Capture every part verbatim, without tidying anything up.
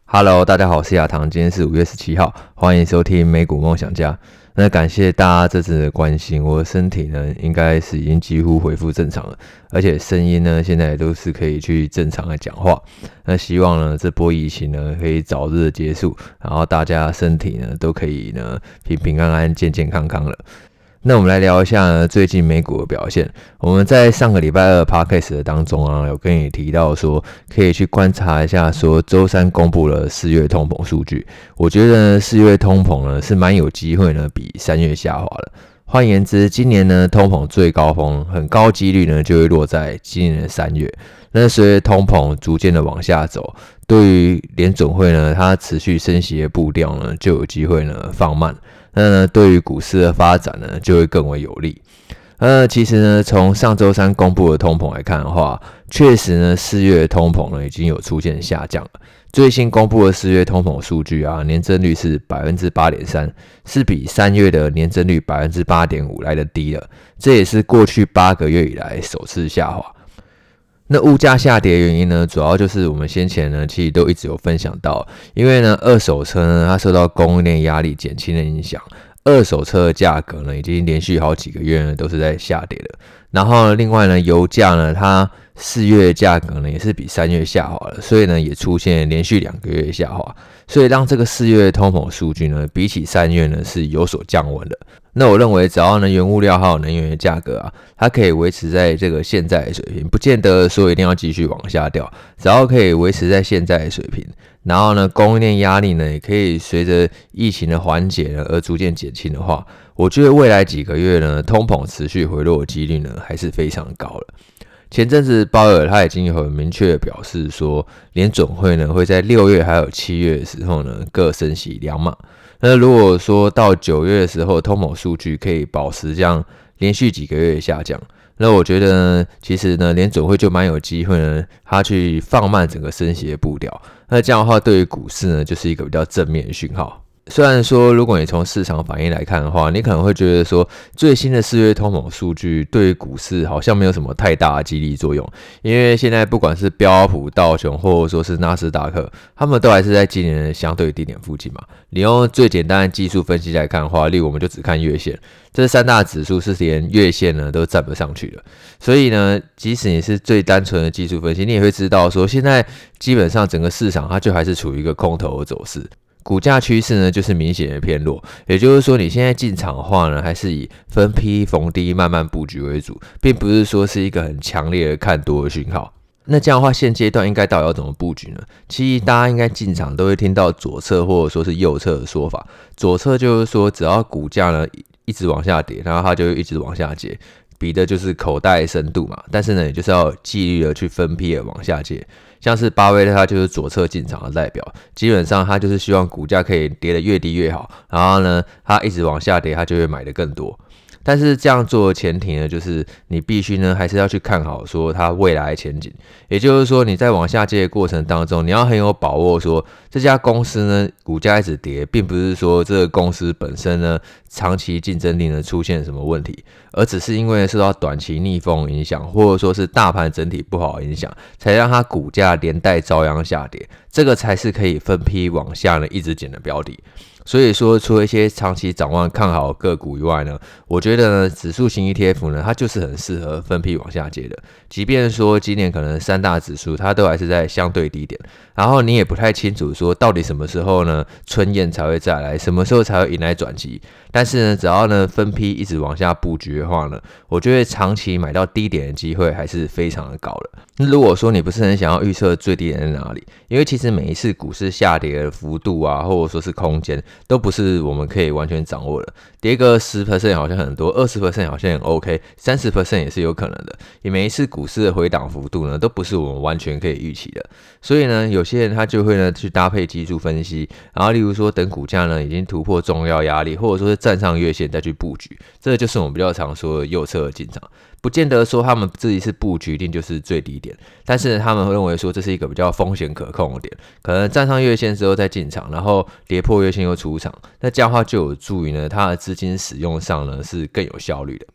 Hello，大家好，我是亚堂，今天是五月十七号，欢迎收听美股梦想家。那感谢大家这次的关心，我的身体呢应该是已经几乎恢复正常了，而且声音呢现在都是可以去正常的讲话。那希望呢这波疫情呢可以早日的结束，然后大家身体呢都可以呢平平安安、健健康康了。那我们来聊一下呢最近美股的表现。我们在上个礼拜二 podcast 的当中啊，有跟你提到说，可以去观察一下说周三公布了四月通膨数据。我觉得呢四月通膨呢是蛮有机会呢比三月下滑的。换言之，今年呢通膨最高峰很高几率呢就会落在今年的三月。那随着通膨逐渐的往下走，对于联准会呢它持续升息的步调呢就有机会呢放慢。那呢，对于股市的发展呢，就会更为有利。呃，其实呢，从上周三公布的通膨来看的话，确实呢，四月的通膨呢已经有出现下降了。最新公布的四月通膨数据啊，年增率是 百分之八点三， 是比三月的年增率 百分之八点五 来得低了。这也是过去八个月以来首次下滑。那物价下跌的原因呢，主要就是我们先前呢其实都一直有分享到，因为呢二手车呢它受到供应链压力减轻的影响，二手车的价格呢已经连续好几个月呢都是在下跌的。然后呢，另外呢油价呢它四月的价格呢也是比三月下滑了，所以呢也出现连续两个月的下滑，所以让这个四月的通膨数据呢比起三月呢是有所降温的。那我认为只要呢原物料还有能源的价格啊，它可以维持在这个现在的水平，不见得说一定要继续往下掉，只要可以维持在现在的水平，然后呢供应链压力呢也可以随着疫情的缓解呢而逐渐减轻的话，我觉得未来几个月呢通膨持续回落的几率呢还是非常高了。前阵子鲍尔他已经有很明确的表示说，联准会呢会在六月还有七月的时候呢各升息两码。那如果说到九月的时候，通膨数据可以保持这样连续几个月的下降，那我觉得呢，其实呢，联准会就蛮有机会呢，它去放慢整个升息的步调。那这样的话，对于股市呢，就是一个比较正面的讯号。虽然说，如果你从市场反应来看的话，你可能会觉得说，最新的四月通膨数据对于股市好像没有什么太大的激励作用，因为现在不管是标普、道琼或者说是纳斯达克，他们都还是在今年的相对低点附近嘛。你用最简单的技术分析来看的话，例如我们就只看月线，这三大指数是连月线呢都站不上去了。所以呢，即使你是最单纯的技术分析，你也会知道说，现在基本上整个市场它就还是处于一个空头的走势。股价趋势呢，就是明显的偏弱，也就是说，你现在进场的话呢，还是以分批逢低慢慢布局为主，并不是说是一个很强烈的看多的讯号。那这样的话，现阶段应该到底要怎么布局呢？其实大家应该进场都会听到左侧或者说是右侧的说法。左侧就是说，只要股价呢一直往下跌，然后它就会一直往下跌，比的就是口袋深度嘛。但是呢，你就是要纪律的去分批的往下跌。像是巴菲特他就是左侧进场的代表，基本上他就是希望股价可以跌得越低越好，然后呢，他一直往下跌，他就会买得更多。但是这样做的前提呢，就是你必须呢还是要去看好说它未来的前景，也就是说你在往下跌的过程当中，你要很有把握说这家公司呢股价一直跌，并不是说这个公司本身呢长期竞争力呢出现什么问题，而只是因为受到短期逆风影响，或者说是大盘整体不好的影响，才让它股价连带遭殃下跌，这个才是可以分批往下呢一直减的标的。所以说，除了一些长期展望看好个股以外呢，我觉得呢，指数型 E T F 呢，它就是很适合分批往下接的。即便说今年可能三大指数它都还是在相对低点，然后你也不太清楚说到底什么时候呢春燕才会再来，什么时候才会迎来转机。但是呢，只要呢分批一直往下布局的话呢，我觉得长期买到低点的机会还是非常的高的。那如果说你不是很想要预测最低点在哪里，因为其实每一次股市下跌的幅度啊，或者说是空间，都不是我们可以完全掌握的。跌个 百分之十 好像很多， 百分之二十 好像很 OK， 百分之三十 也是有可能的。也每一次股市的回档幅度呢，都不是我们完全可以预期的。所以呢，有些人他就会呢去搭配技术分析，然后例如说等股价呢已经突破重要压力，或者说是站上月线再去布局，这就是我们比较常说的右侧的进场。不见得说他们自己是布局一定就是最低点，但是他们会认为说这是一个比较风险可控的点，可能站上月线之后再进场，然后跌破月线又出场，那这样的话就有助于呢它的资金使用上呢是更有效率的。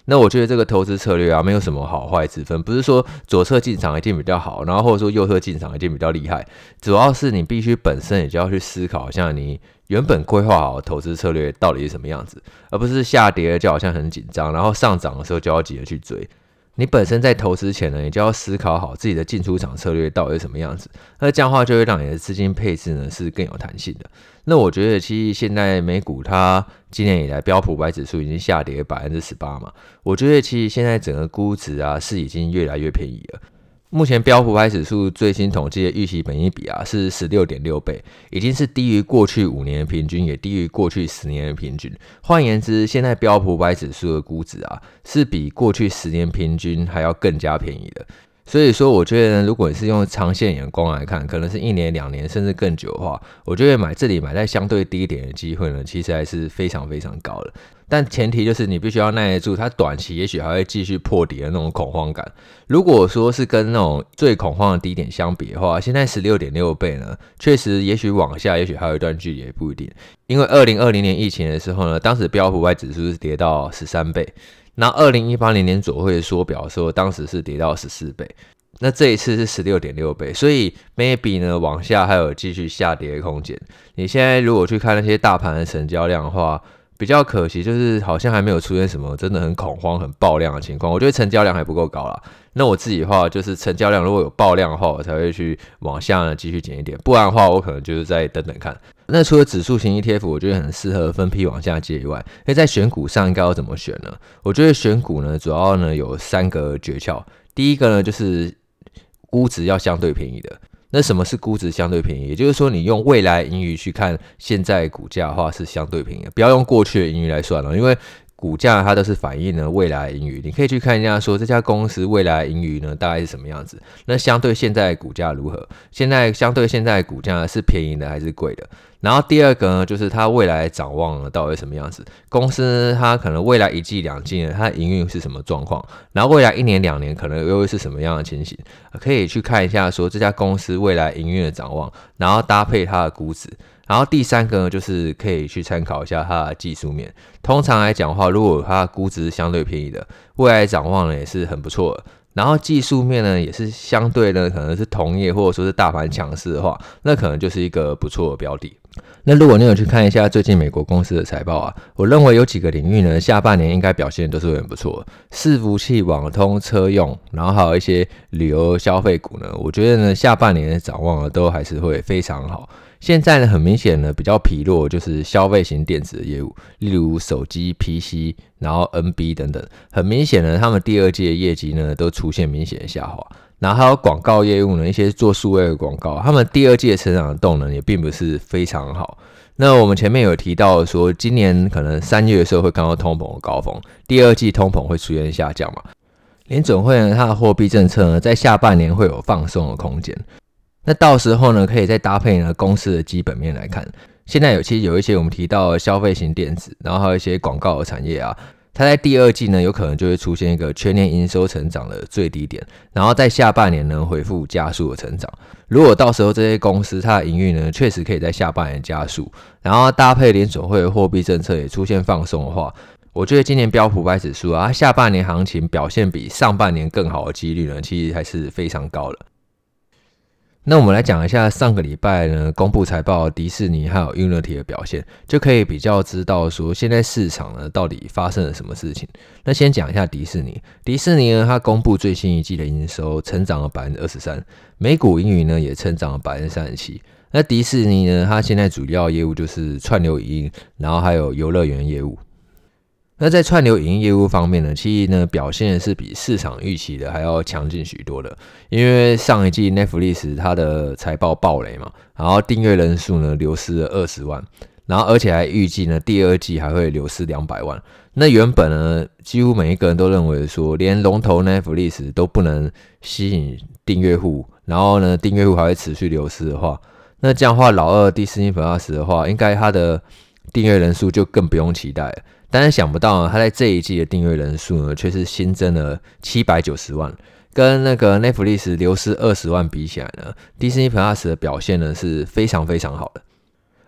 那我觉得这个投资策略啊，没有什么好坏之分，不是说左侧进场一定比较好，然后或者说右侧进场一定比较厉害，主要是你必须本身也就要去思考，像你原本规划好的投资策略到底是什么样子，而不是下跌就好像很紧张，然后上涨的时候就要急着去追。你本身在投资前呢，你就要思考好自己的进出场策略到底是什么样子，那这样的话就会让你的资金配置呢是更有弹性的。那我觉得其实现在美股它今年以来标普五百指数已经下跌 百分之十八 嘛，我觉得其实现在整个估值啊是已经越来越便宜了。目前标普五百指数最新统计的预期本益比啊是 十六点六 倍，已经是低于过去五年的平均，也低于过去十年的平均。换言之，现在标普五百指数的估值啊是比过去十年平均还要更加便宜的。所以说，我觉得呢，如果你是用长线眼光来看，可能是一年、两年甚至更久的话，我觉得买这里买在相对低点的机会呢，其实还是非常非常高的。但前提就是你必须要耐得住它短期也许还会继续破底的那种恐慌感。如果说是跟那种最恐慌的低点相比的话，现在 十六点六 倍呢，确实也许往下也许还有一段距离也不一定。因为二零二零年疫情的时候呢，当时标普五百指数是跌到十三倍。那二零一八年年左会缩表的时候，当时是跌到十四倍，那这一次是 十六点六 倍，所以 maybe 呢往下还有继续下跌的空间。你现在如果去看那些大盘的成交量的话，比较可惜就是好像还没有出现什么真的很恐慌很爆量的情况，我觉得成交量还不够高啦。那我自己的话就是成交量如果有爆量的话，我才会去往下呢继续减一点，不然的话我可能就是再等等看。那除了指数型 E T F 我觉得很适合分批往下接以外，那在选股上应该要怎么选呢？我觉得选股呢主要呢有三个诀窍。第一个呢就是估值要相对便宜的。那什么是估值相对便宜？也就是说你用未来盈余去看现在股价的话是相对便宜的，不要用过去的盈余来算了，因为股价它都是反映了未来盈余，你可以去看一下说这家公司未来盈余呢大概是什么样子，那相对现在的股价如何，现在相对现在的股价是便宜的还是贵的。然后第二个呢就是它未来展望呢到底是什么样子，公司它可能未来一季两季呢它的营运是什么状况，然后未来一年两年可能又会是什么样的情形，可以去看一下说这家公司未来营运的展望，然后搭配它的估值。然后第三个呢就是可以去参考一下它的技术面，通常来讲的话，如果它的估值相对便宜的，未来展望呢也是很不错的，然后技术面呢也是相对呢可能是同业或者说是大盘强势的话，那可能就是一个不错的标的。那如果你有去看一下最近美国公司的财报啊，我认为有几个领域呢下半年应该表现都是会很不错的，伺服器、网通、车用，然后还有一些旅游消费股呢，我觉得呢下半年的展望呢都还是会非常好。现在呢很明显呢比较疲弱就是消费型电子的业务，例如手机、P C 然后 N B 等等，很明显呢他们第二季的业绩呢都出现明显的下滑。然后还有广告业务呢，一些做数位的广告，他们第二季的成长的动能也并不是非常好。那我们前面有提到说今年可能三月的时候会看到通膨的高峰，第二季通膨会出现下降嘛，联准会呢它的货币政策呢在下半年会有放松的空间。那到时候呢可以再搭配呢公司的基本面来看，现在有其实有一些我们提到的消费型电子，然后还有一些广告的产业啊，它在第二季呢有可能就会出现一个全年营收成长的最低点，然后在下半年呢恢复加速的成长。如果到时候这些公司它的营运呢确实可以在下半年加速，然后搭配联准会的货币政策也出现放松的话，我觉得今年标普五百指数啊，它下半年行情表现比上半年更好的几率呢其实还是非常高的。那我们来讲一下上个礼拜呢公布财报迪士尼还有 Unity 的表现，就可以比较知道说现在市场呢到底发生了什么事情。那先讲一下迪士尼，迪士尼呢它公布最新一季的营收成长了 百分之二十三， 每股盈余呢也成长了 百分之三十七。那迪士尼呢它现在主要业务就是串流影音，然后还有游乐园业务。那在串流影音业务方面呢，其实呢表现是比市场预期的还要强劲许多的。因为上一季 Netflix 它的财报爆雷嘛，然后订阅人数呢流失了二十万，然后而且还预计呢第二季还会流失两百万。那原本呢几乎每一个人都认为说连龙头 Netflix 都不能吸引订阅户，然后呢订阅户还会持续流失的话，那这样的话老二 Disney Plus 的话，应该它的订阅人数就更不用期待了。但是想不到呢，它在这一季的订阅人数呢，却是新增了七百九十万，跟那个 Netflix 流失二十万比起来呢 ，Disney Plus 的表现呢是非常非常好的。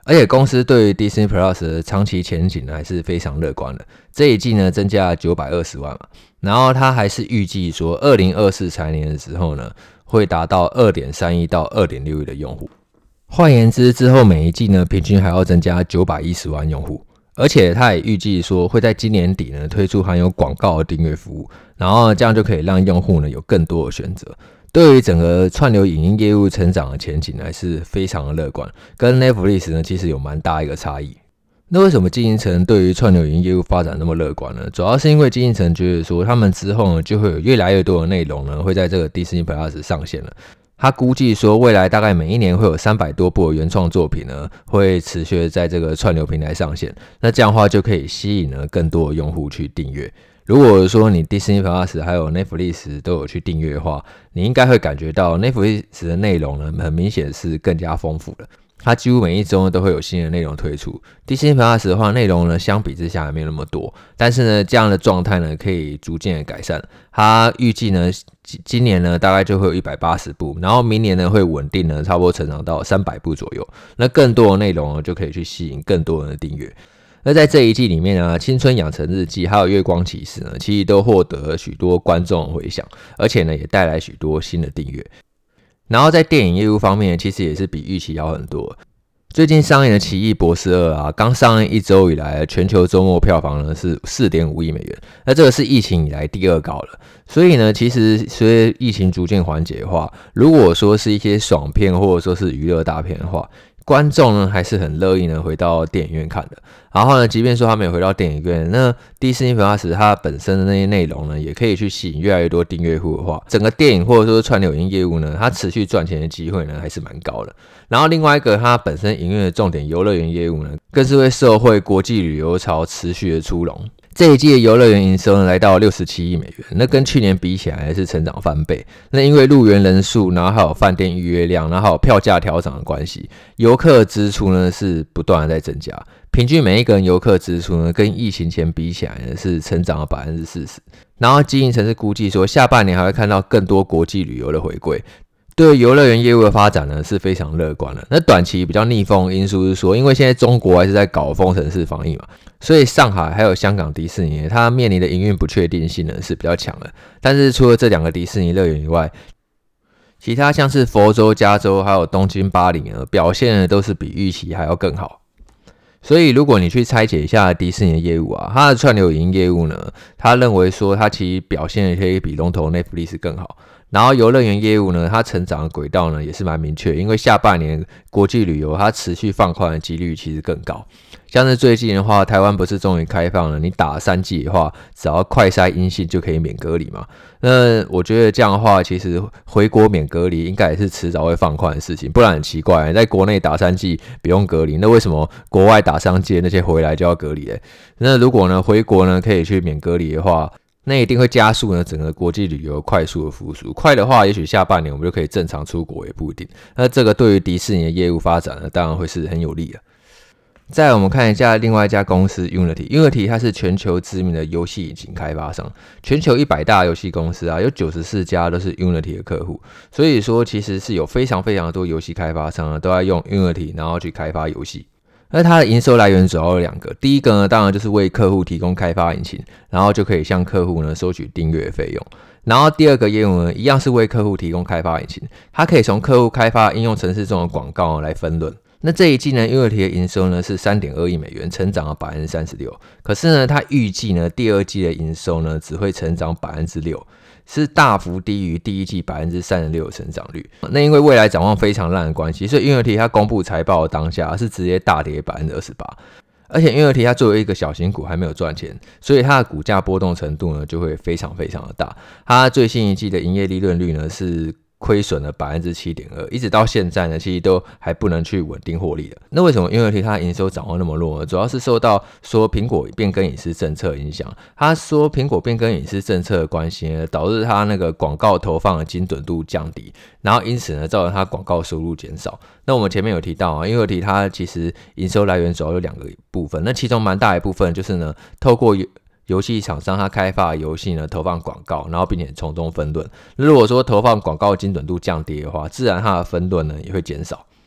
而且公司对于 Disney Plus 的长期前景呢还是非常乐观的。这一季呢增加了九百二十万嘛，然后他还是预计说二零二四财年的时候呢会达到 二点三亿到 二点六亿的用户。换言之，之后每一季呢平均还要增加九百一十万用户。而且他也预计说会在今年底呢推出含有广告的订阅服务，然后这样就可以让用户呢有更多的选择。对于整个串流影音业务成长的前景还是非常的乐观，跟 Netflix 呢其实有蛮大一个差异。那为什么经营层对于串流影音业务发展那么乐观呢？主要是因为经营层觉得说他们之后呢就会有越来越多的内容呢会在这个 Disney Plus 上线了。他估计说未来大概每一年会有三百多部的原创作品呢会持续的在这个串流平台上线，那这样的话就可以吸引呢更多的用户去订阅。如果说你 Disney Plus 还有 Netflix 都有去订阅的话，你应该会感觉到 Netflix 的内容呢很明显是更加丰富的，它几乎每一周都会有新的内容推出。Disney Plus 的话，内容呢相比之下还没有那么多，但是呢这样的状态呢可以逐渐的改善。它预计呢今年呢大概就会有一百八十部，然后明年呢会稳定呢差不多成长到三百部左右。那更多的内容呢就可以去吸引更多人的订阅。那在这一季里面呢，青春养成日记还有月光骑士呢，其实都获得了许多观众回响，而且呢也带来许多新的订阅。然后在电影业务方面，其实也是比预期好很多。最近上映的《奇异博士二》啊，刚上映一周以来，全球周末票房呢是 四点五亿美元，那这个是疫情以来第二高了。所以呢，其实随着疫情逐渐缓解的话，如果说是一些爽片或者说是娱乐大片的话，观众呢还是很乐意呢回到电影院看的。然后呢，即便说他没有回到电影院，那 Disney Plus 它本身的那些内容呢，也可以去吸引越来越多订阅户的话，整个电影或者说串流影音业务呢，它持续赚钱的机会呢还是蛮高的。然后另外一个，它本身营运的重点游乐园业务呢，更是会受惠国际旅游潮持续的出笼。这一季的游乐园营收呢来到六十七亿美元，那跟去年比起来是成长翻倍。那因为入园人数，然后还有饭店预约量，然后还有票价调整的关系，游客支出呢是不断的在增加。平均每一个人游客支出呢跟疫情前比起来呢是成长了 百分之四十。然后经营层是估计说下半年还会看到更多国际旅游的回归。对游乐园业务的发展呢是非常乐观的。那短期比较逆风的因素是说，因为现在中国还是在搞封城式防疫嘛，所以上海还有香港迪士尼它面临的营运不确定性呢是比较强的。但是除了这两个迪士尼乐园以外，其他像是佛州、加州还有东京、巴黎呢表现呢都是比预期还要更好。所以如果你去拆解一下迪士尼的业务啊，它的串流影音业务呢，他认为说它其实表现可以比龙头 Netflix 更好。然后游乐园业务呢，它成长的轨道呢也是蛮明确，因为下半年国际旅游它持续放宽的几率其实更高。像是最近的话，台湾不是终于开放了，你打三剂的话，只要快筛阴性就可以免隔离嘛。那我觉得这样的话，其实回国免隔离应该也是迟早会放宽的事情，不然很奇怪，在国内打三剂不用隔离，那为什么国外打三剂那些回来就要隔离嘞？那如果呢回国呢可以去免隔离的话，那一定会加速呢整个国际旅游快速的复苏。快的话，也许下半年我们就可以正常出国，也不一定。那这个对于迪士尼的业务发展呢，当然会是很有利的。再来我们看一下另外一家公司 Unity。Unity 它是全球知名的游戏引擎开发商，全球一百大游戏公司啊，有九十四家都是 Unity 的客户。所以说，其实是有非常非常多游戏开发商呢都在用 Unity 然后去开发游戏。那它的营收来源主要有两个，第一个呢，当然就是为客户提供开发引擎，然后就可以向客户呢收取订阅费用。然后第二个业务呢，一样是为客户提供开发引擎，它可以从客户开发应用程式中的广告来分润。那这一季呢 Unity 的营收呢是 三点二亿美元，成长了 百分之三十六。可是呢，它预计呢第二季的营收呢只会成长 百分之六，是大幅低于第一季 百分之三十六 的成长率。那因为未来展望非常烂的关系，所以 Unity 它公布财报的当下是直接大跌 百分之二十八。而且 Unity 它作为一个小型股还没有赚钱，所以它的股价波动程度呢就会非常非常的大。它最新一季的营业利润率呢是亏损了 百分之七点二， 一直到现在呢其实都还不能去稳定获利的。那为什么 Unity 它的营收掌握那么弱呢？主要是受到说苹果变更隐私政策影响。他说苹果变更隐私政策的关系呢，导致它那个广告投放的精准度降低，然后因此呢造成它广告收入减少。那我们前面有提到啊 Unity 它其实营收来源主要有两个部分，那其中蛮大一部分就是呢透过游戏厂商它开发的游戏呢投放广告，然后并且从中分润。如果说投放广告精准度降低的话，自然它的分润呢也会减少。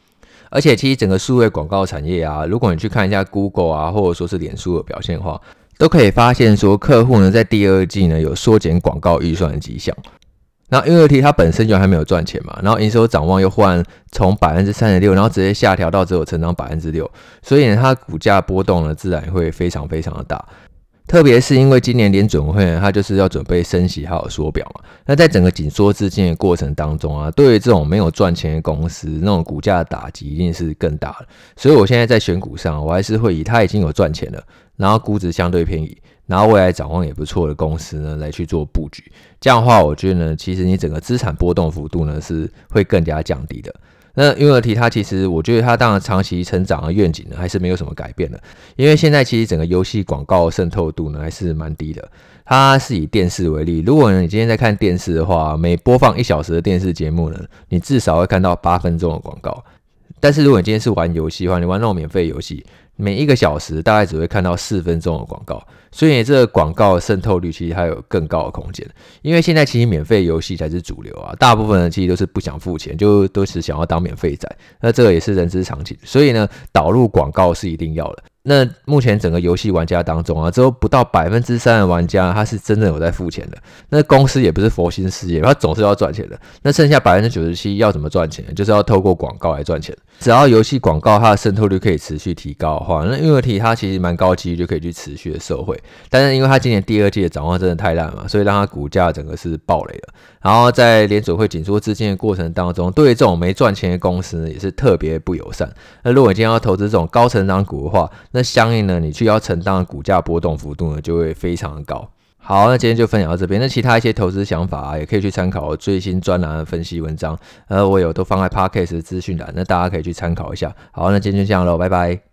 而且其实整个数位广告产业啊，如果你去看一下 Google 啊，或者说是脸书的表现的话，都可以发现说客户呢在第二季呢有缩减广告预算的迹象。然后 Unity 它本身就还没有赚钱嘛，然后营收展望又忽然从 百分之三十六 然后直接下调到只有成长 百分之六， 所以呢它股价波动呢自然会非常非常的大。特别是因为今年联准会呢，它就是要准备升息还有缩表嘛，那在整个紧缩资金的过程当中啊，对于这种没有赚钱的公司，那种股价的打击一定是更大的。所以我现在在选股上，我还是会以它已经有赚钱了，然后估值相对便宜，然后未来展望也不错的公司呢来去做布局。这样的话，我觉得呢，其实你整个资产波动幅度呢是会更加降低的。那Unity它其实我觉得它当然长期成长的愿景呢还是没有什么改变的，因为现在其实整个游戏广告渗透度呢还是蛮低的。它是以电视为例，如果呢你今天在看电视的话，每播放一小时的电视节目呢，你至少会看到八分钟的广告。但是如果你今天是玩游戏的话，你玩那种免费游戏，每一个小时大概只会看到四分钟的广告，所以这个广告的渗透率其实还有更高的空间。因为现在其实免费游戏才是主流啊，大部分人其实都是不想付钱，就都是想要当免费仔，那这个也是人之常情，所以呢导入广告是一定要的。那目前整个游戏玩家当中啊，只有不到 百分之三 的玩家他是真的有在付钱的，那公司也不是佛心事业，他总是要赚钱的。那剩下 百分之九十七 要怎么赚钱，就是要透过广告来赚钱。只要游戏广告它的渗透率可以持续提高的话，那 Unity 它其实蛮高几率就可以去持续的受惠。但是因为它今年第二季的展望真的太烂嘛，所以让它股价整个是暴雷了。然后在联准会紧缩资金的过程当中，对于这种没赚钱的公司呢也是特别不友善。那如果你今天要投资这种高成长股的话，那相应呢你去要承担的股价波动幅度呢就会非常的高。好，那今天就分享到这边。那其他一些投资想法啊，也可以去参考最新专栏的分析文章，呃，我有都放在 Podcast 的资讯栏，那大家可以去参考一下。好，那今天就这样咯，拜拜。